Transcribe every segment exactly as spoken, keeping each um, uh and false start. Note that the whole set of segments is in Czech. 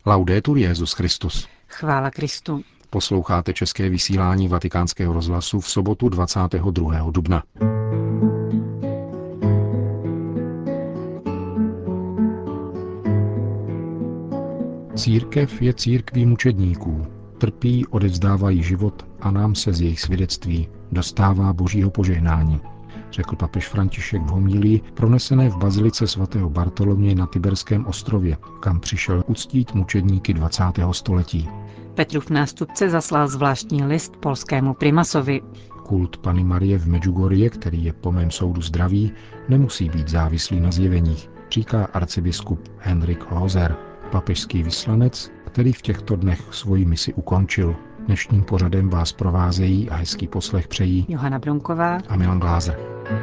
Laudetur Jesus Christus. Chvála Kristu. Posloucháte české vysílání Vatikánského rozhlasu v sobotu dvacátého druhého dubna. Církev je církví mučedníků. Trpí, odevzdávají život a nám se z jejich svědectví dostává božího požehnání, řekl papež František v homílii pronesené v bazilice svatého Bartoloměje na Tiberském ostrově, kam přišel uctít mučedníky dvacátého století. Petrův nástupce zaslal zvláštní list polskému primasovi. Kult Panny Marie v Medjugorje, který je po mém soudu zdravý, nemusí být závislý na zjeveních, říká arcibiskup Henrik Lozer, papežský vyslanec, který v těchto dnech svoji misi ukončil. Dnešním pořadem vás provázejí a hezký poslech přejí Johana Bronková a Milan Glázer.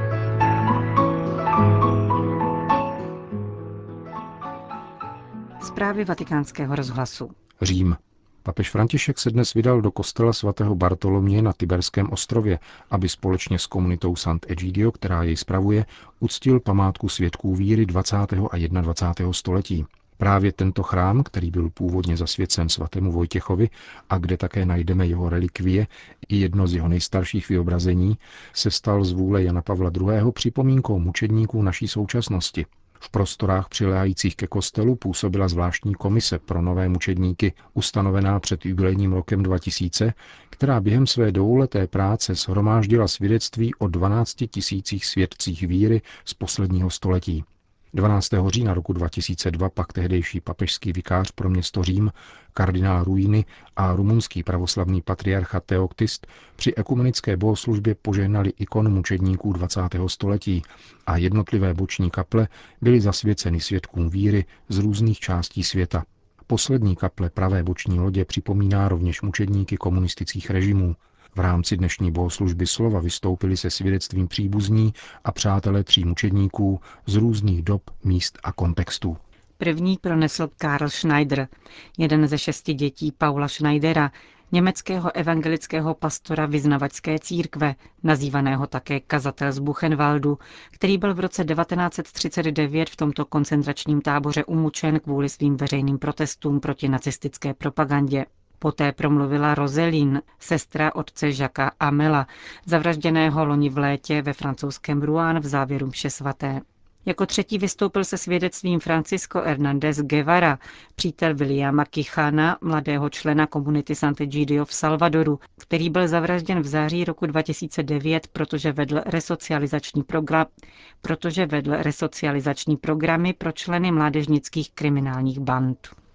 Zprávy Vatikánského rozhlasu. Řím. Papež František se dnes vydal do kostela svatého Bartoloměje na Tiberském ostrově, aby společně s komunitou Sant'Egidio, která jej spravuje, uctil památku svědků víry dvacátého a dvacátého prvního století. Právě tento chrám, který byl původně zasvěcen svatému Vojtěchovi a kde také najdeme jeho relikvie i jedno z jeho nejstarších vyobrazení, se stal z vůle Jana Pavla druhého. připomínkou mučedníků naší současnosti. V prostorách přiléhajících ke kostelu působila zvláštní komise pro nové mučedníky, ustanovená před jubilejním rokem dva tisíce, která během své dvouleté práce shromáždila svědectví o dvanácti tisících svědcích víry z posledního století. dvanáctého října roku dva tisíce dva pak tehdejší papežský vikář pro město Řím, kardinál Ruini a rumunský pravoslavný patriarcha Teoktist při ekumenické bohoslužbě požehnali ikonu mučedníků dvacátého století a jednotlivé boční kaple byly zasvěceny svědkům víry z různých částí světa. Poslední kaple pravé boční lodě připomíná rovněž mučedníky komunistických režimů. V rámci dnešní bohoslužby slova vystoupili se svědectvím příbuzní a přátelé tří mučedníků z různých dob, míst a kontextů. První pronesl Karl Schneider, jeden ze šesti dětí Paula Schneidera, německého evangelického pastora vyznavačské církve, nazývaného také kazatel z Buchenwaldu, který byl v roce devatenáct set třicet devět v tomto koncentračním táboře umučen kvůli svým veřejným protestům proti nacistické propagandě. Poté promluvila Roselín, sestra otce Žaka Amela, zavražděného loni v létě ve francouzském Rouen v závěru mše svaté. Jako třetí vystoupil se svědectvím Francisco Hernández Guevara, přítel Williama Kichana, mladého člena komunity Sant'Egidio v Salvadoru, který byl zavražděn v září roku dva tisíce devět, protože vedl resocializační program, protože vedl resocializační programy pro členy mládežnických kriminálních band.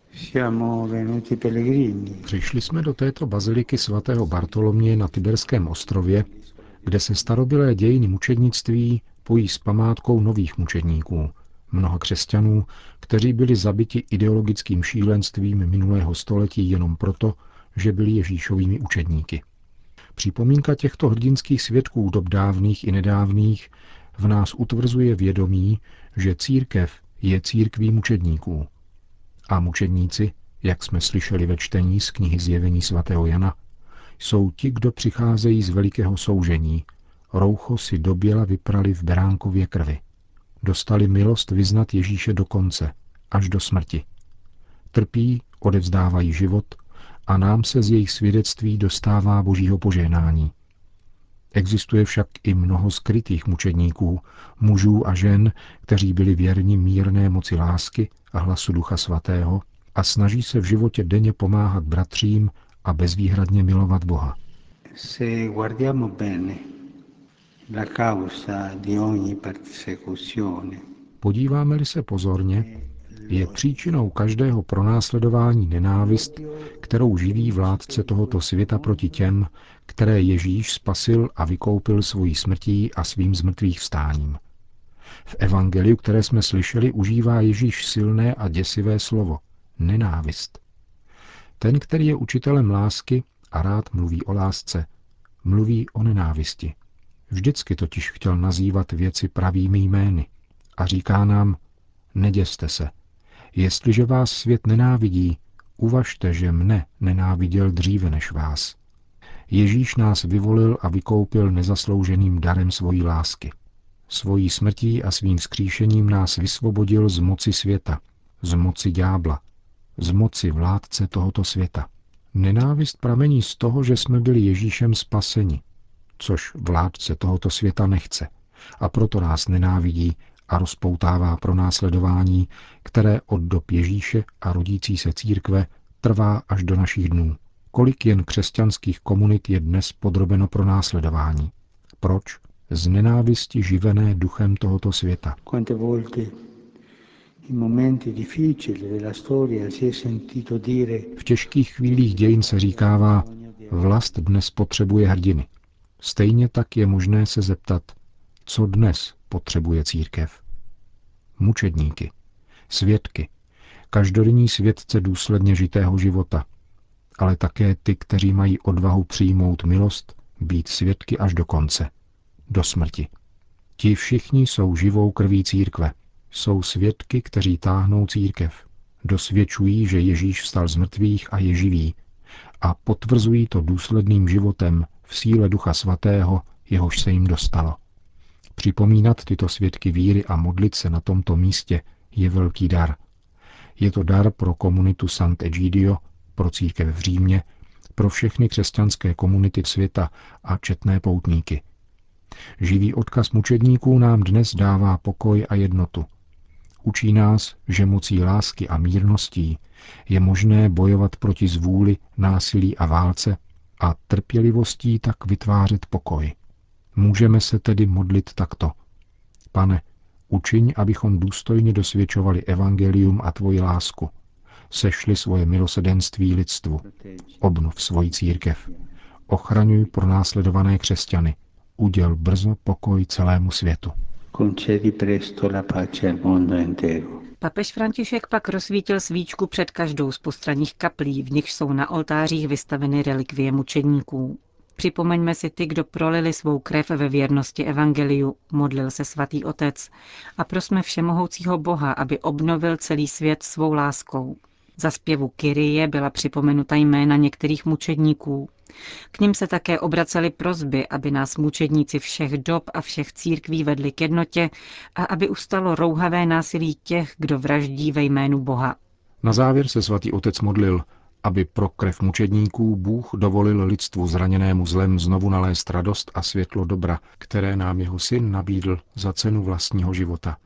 Přišli jsme do této baziliky svatého Bartoloměje na Tiberském ostrově, kde se starobylé dějiny mučednictví pojí s památkou nových mučedníků, mnoha křesťanů, kteří byli zabiti ideologickým šílenstvím minulého století jenom proto, že byli Ježíšovými učedníky. Připomínka těchto hrdinských svědků dob dávných i nedávných v nás utvrzuje vědomí, že církev je církví mučedníků. A mučedníci, jak jsme slyšeli ve čtení z knihy Zjevení svatého Jana, jsou ti, kdo přicházejí z velikého soužení, roucho si do běla vyprali v beránkově krvi. Dostali milost vyznat Ježíše do konce, až do smrti. Trpí, odevzdávají život a nám se z jejich svědectví dostává božího požehnání. Existuje však i mnoho skrytých mučedníků, mužů a žen, kteří byli věrni mírné moci lásky a hlasu Ducha Svatého a snaží se v životě denně pomáhat bratřím a bezvýhradně milovat Boha. Se guardiamo bene la causa di ogni persecuzione. Podíváme-li se pozorně, je příčinou každého pronásledování nenávist, kterou živí vládce tohoto světa proti těm, které Ježíš spasil a vykoupil svojí smrtí a svým zmrtvých vstáním. V evangeliu, které jsme slyšeli, užívá Ježíš silné a děsivé slovo – nenávist. Ten, který je učitelem lásky a rád mluví o lásce, mluví o nenávisti. Vždycky totiž chtěl nazývat věci pravými jmény a říká nám, neděste se. Jestliže vás svět nenávidí, uvažte, že mne nenáviděl dříve než vás. Ježíš nás vyvolil a vykoupil nezaslouženým darem svojí lásky. Svojí smrtí a svým vzkříšením nás vysvobodil z moci světa, z moci ďábla. z moci vládce tohoto světa. Nenávist pramení z toho, že jsme byli Ježíšem spaseni, což vládce tohoto světa nechce, a proto nás nenávidí a rozpoutává pronásledování, které od dob Ježíše a rodící se církve trvá až do našich dnů. Kolik jen křesťanských komunit je dnes podrobeno pronásledování? Proč? Z nenávisti živené duchem tohoto světa. V těžkých chvílích dějin se říkává, vlast dnes potřebuje hrdiny. Stejně tak je možné se zeptat, co dnes potřebuje církev. Mučedníky, svědky, každodenní svědce důsledně žitého života, ale také ty, kteří mají odvahu přijmout milost, být svědky až do konce, do smrti. Ti všichni jsou živou krví církve. Jsou svědky, kteří táhnou církev. Dosvědčují, že Ježíš vstal z mrtvých a je živý. A potvrzují to důsledným životem v síle Ducha Svatého, jehož se jim dostalo. Připomínat tyto svědky víry a modlit se na tomto místě je velký dar. Je to dar pro komunitu Sant'Egidio, pro církev v Římě, pro všechny křesťanské komunity světa a četné poutníky. Živý odkaz mučedníků nám dnes dává pokoj a jednotu. Učí nás, že mocí lásky a mírností je možné bojovat proti zvůli, násilí a válce a trpělivostí tak vytvářet pokoj. Můžeme se tedy modlit takto. Pane, učiň, abychom důstojně dosvědčovali evangelium a tvoji lásku. Sešli svoje milosedenství lidstvu. Obnov svoji církev. Ochraňuj pronásledované křesťany. Uděl brzo pokoj celému světu. Papež František pak rozsvítil svíčku před každou z postranních kaplí, v nichž jsou na oltářích vystaveny relikvie mučedníků. Připomeňme si ty, kdo prolili svou krev ve věrnosti evangeliu, modlil se svatý otec, a prosme všemohoucího Boha, aby obnovil celý svět svou láskou. Za zpěvu Kyrie byla připomenuta jména některých mučedníků. K nim se také obracely prosby, aby nás mučedníci všech dob a všech církví vedli k jednotě a aby ustalo rouhavé násilí těch, kdo vraždí ve jménu Boha. Na závěr se svatý otec modlil, aby pro krev mučedníků Bůh dovolil lidstvu zraněnému zlem znovu nalézt radost a světlo dobra, které nám jeho syn nabídl za cenu vlastního života.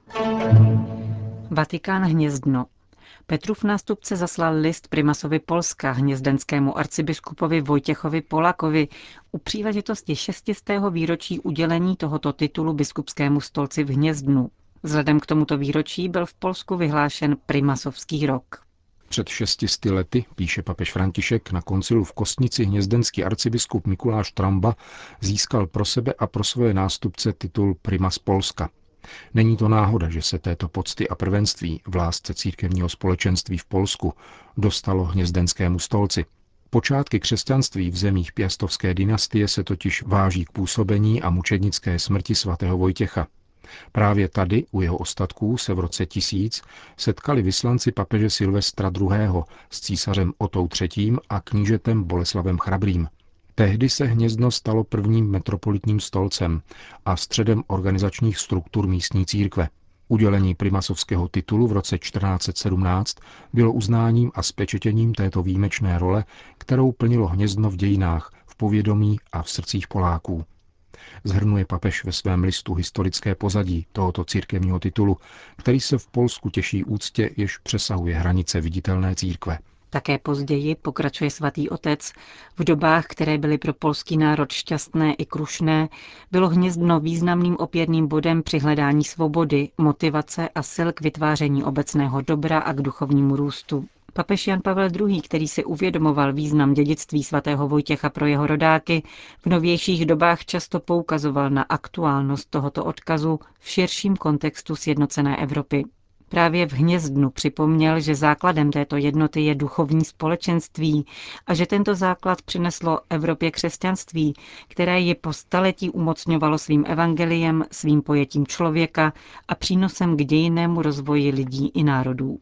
Vatikán Hnězdno. Petrův nástupce zaslal list primasovi Polska, hnězdenskému arcibiskupovi Vojtěchovi Polakovi, u příležitosti šestistého výročí udělení tohoto titulu biskupskému stolci v Hnězdnu. Vzhledem k tomuto výročí byl v Polsku vyhlášen primasovský rok. Před šestisty lety, píše papež František, na koncilu v Kostnici hnězdenský arcibiskup Mikuláš Tramba získal pro sebe a pro svoje nástupce titul primas Polska. Není to náhoda, že se této pocty a prvenství v lásce církevního společenství v Polsku dostalo hnězdenskému stolci. Počátky křesťanství v zemích Piastovské dynastie se totiž váží k působení a mučednické smrti svatého Vojtěcha. Právě tady, u jeho ostatků, se v roce tisíc setkali vyslanci papeže Silvestra druhého. s císařem Otou třetím. a knížetem Boleslavem Chrabrým. Tehdy se Hnězdno stalo prvním metropolitním stolcem a středem organizačních struktur místní církve. Udělení primasovského titulu v roce čtrnáct set sedmnáct bylo uznáním a spečetěním této výjimečné role, kterou plnilo Hnězdno v dějinách, v povědomí a v srdcích Poláků. Zhrnuje papež ve svém listu historické pozadí tohoto církevního titulu, který se v Polsku těší úctě, jež přesahuje hranice viditelné církve. Také později, pokračuje svatý otec, v dobách, které byly pro polský národ šťastné i krušné, bylo Hnězdno významným opěrným bodem při hledání svobody, motivace a sil k vytváření obecného dobra a k duchovnímu růstu. Papež Jan Pavel druhý., který si uvědomoval význam dědictví svatého Vojtěcha pro jeho rodáky, v novějších dobách často poukazoval na aktuálnost tohoto odkazu v širším kontextu sjednocené Evropy. Právě v Hnězdnu připomněl, že základem této jednoty je duchovní společenství a že tento základ přineslo Evropě křesťanství, které ji po staletí umocňovalo svým evangeliem, svým pojetím člověka a přínosem k dějinnému rozvoji lidí i národů.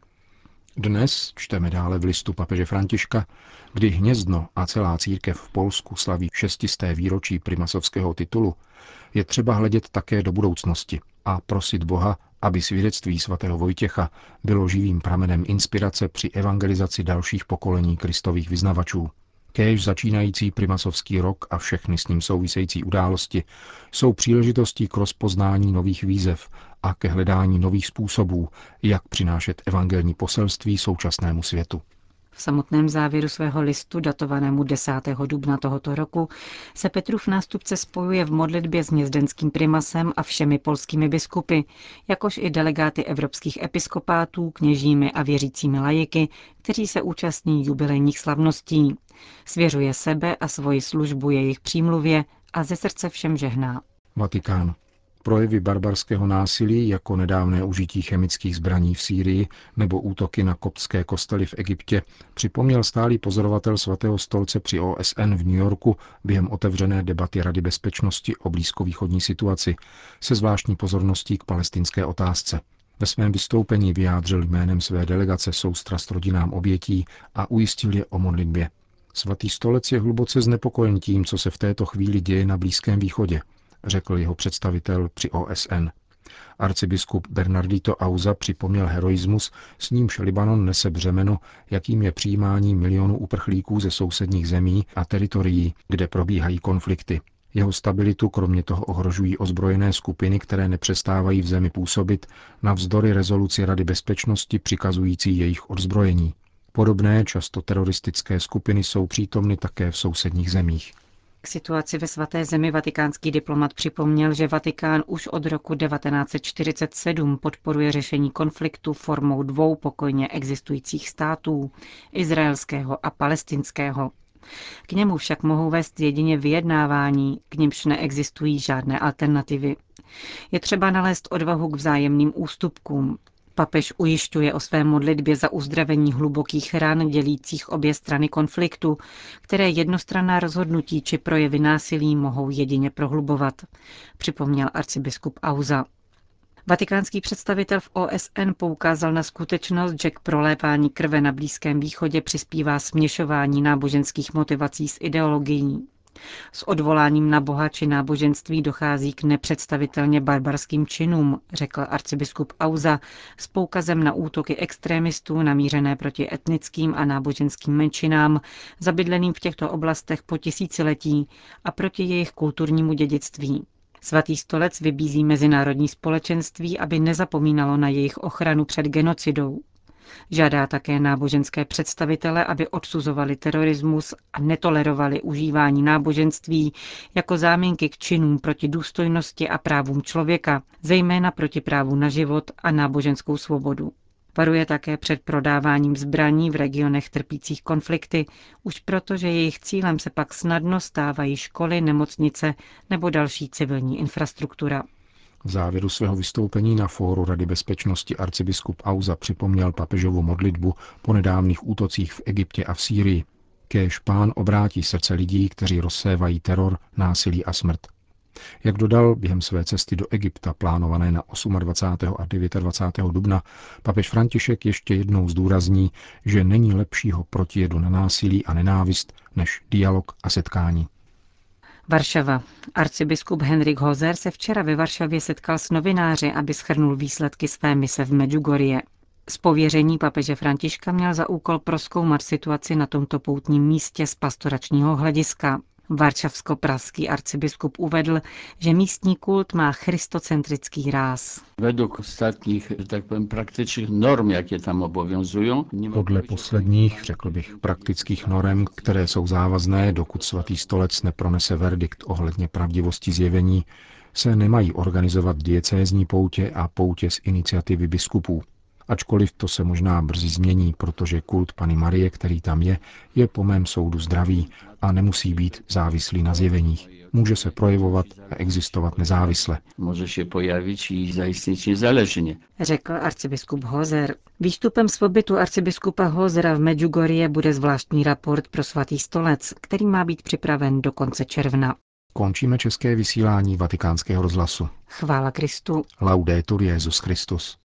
Dnes, čteme dále v listu papeže Františka, kdy Hnězdno a celá církev v Polsku slaví šestisté výročí primasovského titulu, je třeba hledět také do budoucnosti a prosit Boha, aby svědectví svatého Vojtěcha bylo živým pramenem inspirace při evangelizaci dalších pokolení Kristových vyznavačů. Kéž začínající primasovský rok a všechny s ním související události jsou příležitostí k rozpoznání nových výzev a ke hledání nových způsobů, jak přinášet evangelní poselství současnému světu. V samotném závěru svého listu, datovanému desátého dubna tohoto roku, se Petrův nástupce spojuje v modlitbě s mězdenským primasem a všemi polskými biskupy, jakož i delegáty evropských episkopátů, kněžími a věřícími laiky, kteří se účastní jubilejních slavností. Svěřuje sebe a svoji službu jejich přímluvě a ze srdce všem žehná. Vatikán. Projevy barbarského násilí, jako nedávné užití chemických zbraní v Sýrii nebo útoky na koptské kostely v Egyptě, připomněl stálý pozorovatel svatého stolce při O S N v New Yorku během otevřené debaty Rady bezpečnosti o blízkovýchodní situaci se zvláštní pozorností k palestinské otázce. Ve svém vystoupení vyjádřil jménem své delegace soustrast rodinám obětí a ujistil je o modlitbě. Svatý stolec je hluboce znepokojen tím, co se v této chvíli děje na Blízkém východě, řekl jeho představitel při O S N. Arcibiskup Bernardito Auza připomněl heroismus, s nímž Libanon nese břemeno, jakým je přijímání milionů uprchlíků ze sousedních zemí a teritorií, kde probíhají konflikty. Jeho stabilitu kromě toho ohrožují ozbrojené skupiny, které nepřestávají v zemi působit, navzdory rezoluci Rady bezpečnosti přikazující jejich odzbrojení. Podobné, často teroristické skupiny jsou přítomny také v sousedních zemích. K situaci ve svaté zemi vatikánský diplomat připomněl, že Vatikán už od roku devatenáct set čtyřicet sedm podporuje řešení konfliktu formou dvou pokojně existujících států, izraelského a palestinského. K němu však mohou vést jedině vyjednávání, k nimž neexistují žádné alternativy. Je třeba nalézt odvahu k vzájemným ústupkům. Papež ujišťuje o své modlitbě za uzdravení hlubokých ran dělících obě strany konfliktu, které jednostranná rozhodnutí či projevy násilí mohou jedině prohlubovat, připomněl arcibiskup Auza. Vatikánský představitel v O S N poukázal na skutečnost, že k prolévání krve na Blízkém východě přispívá směšování náboženských motivací s ideologií. S odvoláním na Boha či náboženství dochází k nepředstavitelně barbarským činům, řekl arcibiskup Auza s poukazem na útoky extrémistů namířené proti etnickým a náboženským menšinám, zabydleným v těchto oblastech po tisíciletí a proti jejich kulturnímu dědictví. Svatý stolec vybízí mezinárodní společenství, aby nezapomínalo na jejich ochranu před genocidou. Žádá také náboženské představitele, aby odsuzovali terorismus a netolerovali užívání náboženství jako záminky k činům proti důstojnosti a právům člověka, zejména proti právu na život a náboženskou svobodu. Varuje také před prodáváním zbraní v regionech trpících konflikty, už proto, že jejich cílem se pak snadno stávají školy, nemocnice nebo další civilní infrastruktura. V závěru svého vystoupení na fóru Rady bezpečnosti arcibiskup Auza připomněl papežovu modlitbu po nedávných útocích v Egyptě a v Sýrii. Kéž Pán obrátí srdce lidí, kteří rozsévají teror, násilí a smrt. Jak dodal, během své cesty do Egypta, plánované na dvacátého osmého a dvacátého devátého dubna, papež František ještě jednou zdůrazní, že není lepšího protijedu na násilí a nenávist než dialog a setkání. Varšava. Arcibiskup Henrik Hozer se včera ve Varšavě setkal s novináři, aby shrnul výsledky své mise v Medjugorje. Z pověření papeže Františka měl za úkol prozkoumat situaci na tomto poutním místě z pastoračního hlediska. Varšavsko-pražský arcibiskup uvedl, že místní kult má christocentrický ráz. Podle posledních, řekl bych, praktických norem, které jsou závazné, dokud svatý stolec nepronese verdikt ohledně pravdivosti zjevení, se nemají organizovat diecézní poutě a poutě z iniciativy biskupů. Ačkoliv to se možná brzy změní, protože kult Panny Marie, který tam je, je po mém soudu zdravý a nemusí být závislý na zjeveních. Může se projevovat a existovat nezávisle. Může se pojavit i zaistnic nezaležně, řekl arcibiskup Hozer. Výstupem z pobytu arcibiskupa Hozera v Medjugorje bude zvláštní raport pro svatý stolec, který má být připraven do konce června. Končíme české vysílání Vatikánského rozhlasu. Chvála Kristu. Laudetur Jesus Christus.